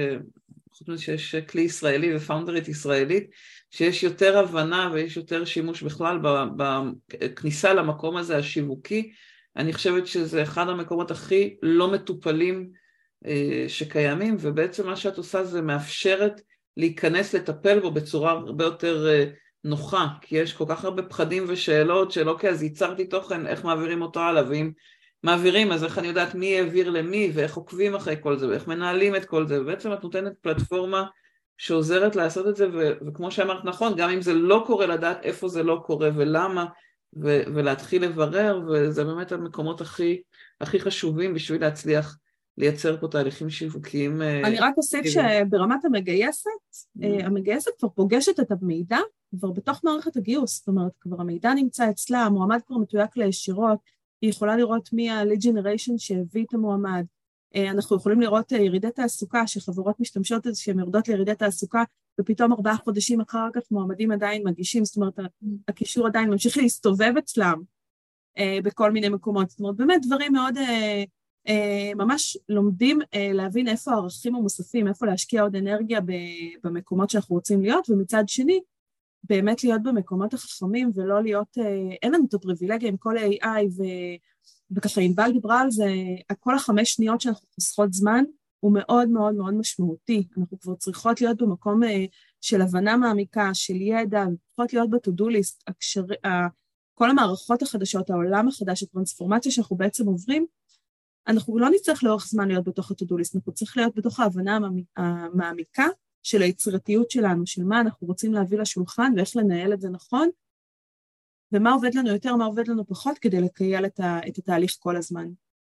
Speaker 1: כלי ישראלי ופאונדרית ישראלית, שיש יותר הבנה ויש יותר שימוש בכלל בכניסה למקום הזה השיווקי. אני חושבת שזה אחד המקומות הכי לא מטופלים שקיימים, ובעצם מה שאת עושה זה מאפשרת להיכנס לטפל בו בצורה הרבה יותר נוחה, כי יש כל כך הרבה פחדים ושאלות של אוקיי, אז ייצרתי תוכן, איך מעבירים אותו הלאה, ואם מעבירים, אז איך אני יודעת מי העביר למי, ואיך עוקבים אחרי כל זה, ואיך מנהלים את כל זה, ובעצם את נותנת פלטפורמה שעוזרת לעשות את זה, וכמו שאמרת נכון, גם אם זה לא קורה, לדעת איפה זה לא קורה ולמה, ולהתחיל לברר, וזה באמת המקומות הכי חשובים בשביל להצליח לייצר פה תהליכים שיווקיים.
Speaker 2: אני רק אוסיף שברמת המגייסת, המגייסת כבר פוגשת את המידע, כבר בתוך מערכת הגיוס, זאת אומרת, כבר המידע נמצא אצלה, המועמד כבר מתויק לישירות, היא יכולה לראות מי ה-lead generation שהביא את המועמד, אנחנו יכולים לראות ירידי תעסוקה, שחברות משתמשות את זה, שהן יורדות לירידי תעסוקה, ופתאום 4 חודשים אחר כך מועמדים עדיין מגישים, זאת אומרת, הקישור עדיין ממשיך להסתובב אצלם, בכל מיני מקומות, זאת אומרת, באמת דברים מאוד, ממש לומדים להבין איפה הערכים המוספים, איפה להשקיע עוד אנרגיה במקומות שאנחנו רוצים להיות, ומצד שני, באמת להיות במקומות החכמים, ולא להיות, אין לנו את הפריבילגיה עם כל ה-AI, וככה ענבל דיברה על זה, כל 5 שניות שאנחנו חוסכות זמן, הוא מאוד מאוד מאוד משמעותי, אנחנו כבר צריכות להיות במקום של הבנה מעמיקה, של ידע, צריכות להיות ב-to-do list, כל המערכות החדשות, העולם החדש, הטרנספורמציה שאנחנו בעצם עוברים, אנחנו לא נצטרך לאורך זמן להיות בתוך ה-to-do list, אנחנו צריך להיות בתוך ההבנה המעמיקה של היצירתיות שלנו, של מה אנחנו רוצים להביא לשולחן, ואיך לנהל את זה נכון, ומה עובד לנו יותר, מה עובד לנו פחות, כדי לקייל את התהליך כל הזמן.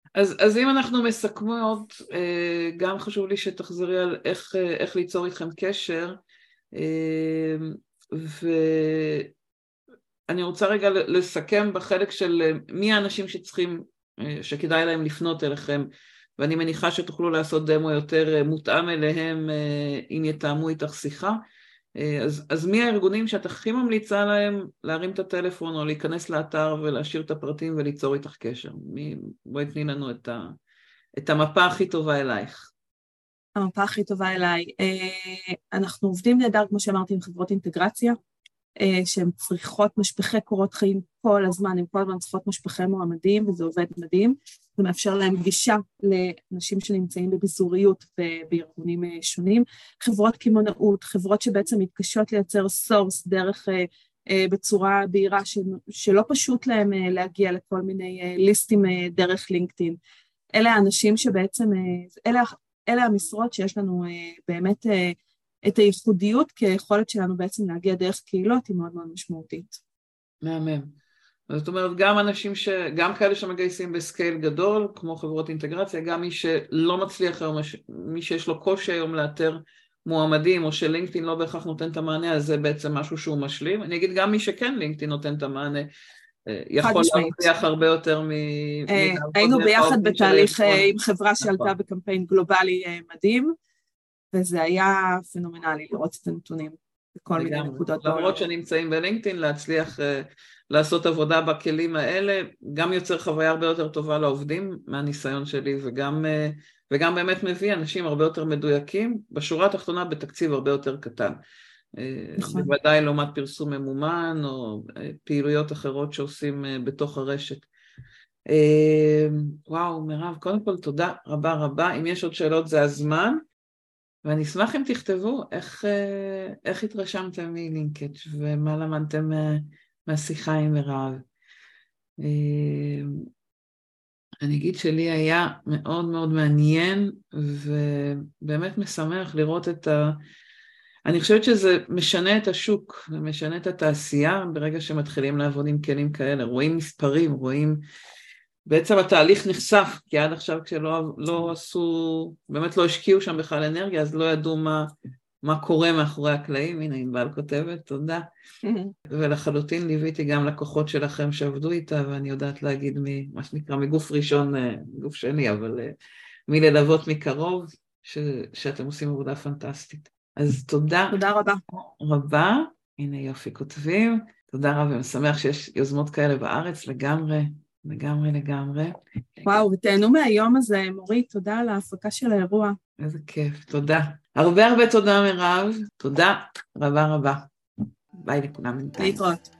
Speaker 1: אז אם אנחנו מסכמות, גם חשוב לי שתחזרי על איך ליצור איתכם קשר, ואני רוצה רגע לסכם בחלק של מי האנשים שצריכים, שכדאי להם לפנות אליכם, ואני מניחה שתוכלו לעשות דמו יותר מותאם אליהם אם יתאמו איתך שיחה. אז מי הארגונים שאת הכי ממליצה להם להרים את הטלפון או להיכנס לאתר ולהשאיר את הפרטים וליצור איתך קשר? בואי תני לנו את המפה הכי טובה אלייך.
Speaker 2: המפה הכי טובה אליי. אנחנו עובדים נהדר, כמו שאמרתי, עם חברות אינטגרציה, שהן צריכות משפחי קורות חיים כל הזמן, הן כל הזמן צריכות משפחי מועמדים, וזה עובד מדהים. זה מאפשר להם גישה לאנשים שנמצאים בביזוריות ובארגונים שונים. חברות כימונאות, חברות שבעצם מתקשות לייצר סורס דרך בצורה בהירה, שלא פשוט להם להגיע לכל מיני ליסטים דרך לינקדאין. אלה האנשים שבעצם, אלה המשרות שיש לנו באמת את הייחודיות, כי היכולת שלנו בעצם להגיע דרך קהילות היא מאוד מאוד משמעותית.
Speaker 1: מהמם. זאת אומרת, גם אנשים גם כאלה שמגייסים בסקייל גדול, כמו חברות אינטגרציה, גם מי שלא מצליח היום, מי שיש לו קושי היום לאתר מועמדים, או שלינקדאין לא בהכרח נותן את המענה, אז זה בעצם משהו שהוא משלים. אני אגיד גם מי שכן לינקדאין נותן את המענה, יכול להרוויח הרבה יותר
Speaker 2: היינו ביחד בתהליך עם חברה שעלתה בקמפיין גלובלי מדהים, וזה היה פנומנלי לראות את הנתונים בכל מיני נקודות.
Speaker 1: למרות שנמצאים בלינקדאין, להצליח לעשות עבודה בכלים האלה, גם יוצר חוויה הרבה יותר טובה לעובדים מהניסיון שלי, וגם באמת מביא אנשים הרבה יותר מדויקים, בשורה התחתונה בתקציב הרבה יותר קטן. בוודאי לעומת פרסום ממומן, או פעילויות אחרות שעושים בתוך הרשת. וואו, מירב, קודם כל תודה רבה רבה. אם יש עוד שאלות זה הזמן, ואני אשמח אם תכתבו איך התרשמתם מלינקג' ומה למדתם מהשיחה עם מירב. אני אגיד שלי היה מאוד מאוד מעניין, ובאמת משמח לראות אני חושבת שזה משנה את השוק, ומשנה את התעשייה, ברגע שמתחילים לעבוד עם כלים כאלה, רואים מספרים, רואים, בעצם התהליך נחשף, כי עד עכשיו כשלא עשו, באמת לא השקיעו שם בכלל אנרגיה, אז לא ידעו מה קורה מאחורי הקלעים. הנה, ענבל כותבת, תודה. ולחלוטין ליוויתי גם לקוחות שלכם שעבדו איתה, ואני יודעת להגיד מה שנקרא מגוף ראשון, גוף שני, אבל מללוות מקרוב, שאתם עושים עבודה פנטסטית. אז תודה.
Speaker 2: תודה רבה.
Speaker 1: רבה. הנה יופי כותבים. תודה רבה, משמח שיש יוזמות כאלה בארץ לגמרי. לגמרי.
Speaker 2: וואו, ותהנו מהיום הזה, מורית, תודה על ההפקה של האירוע.
Speaker 1: איזה כיף, תודה. הרבה תודה מירב, תודה רבה. ביי לכולם.
Speaker 2: להתראות.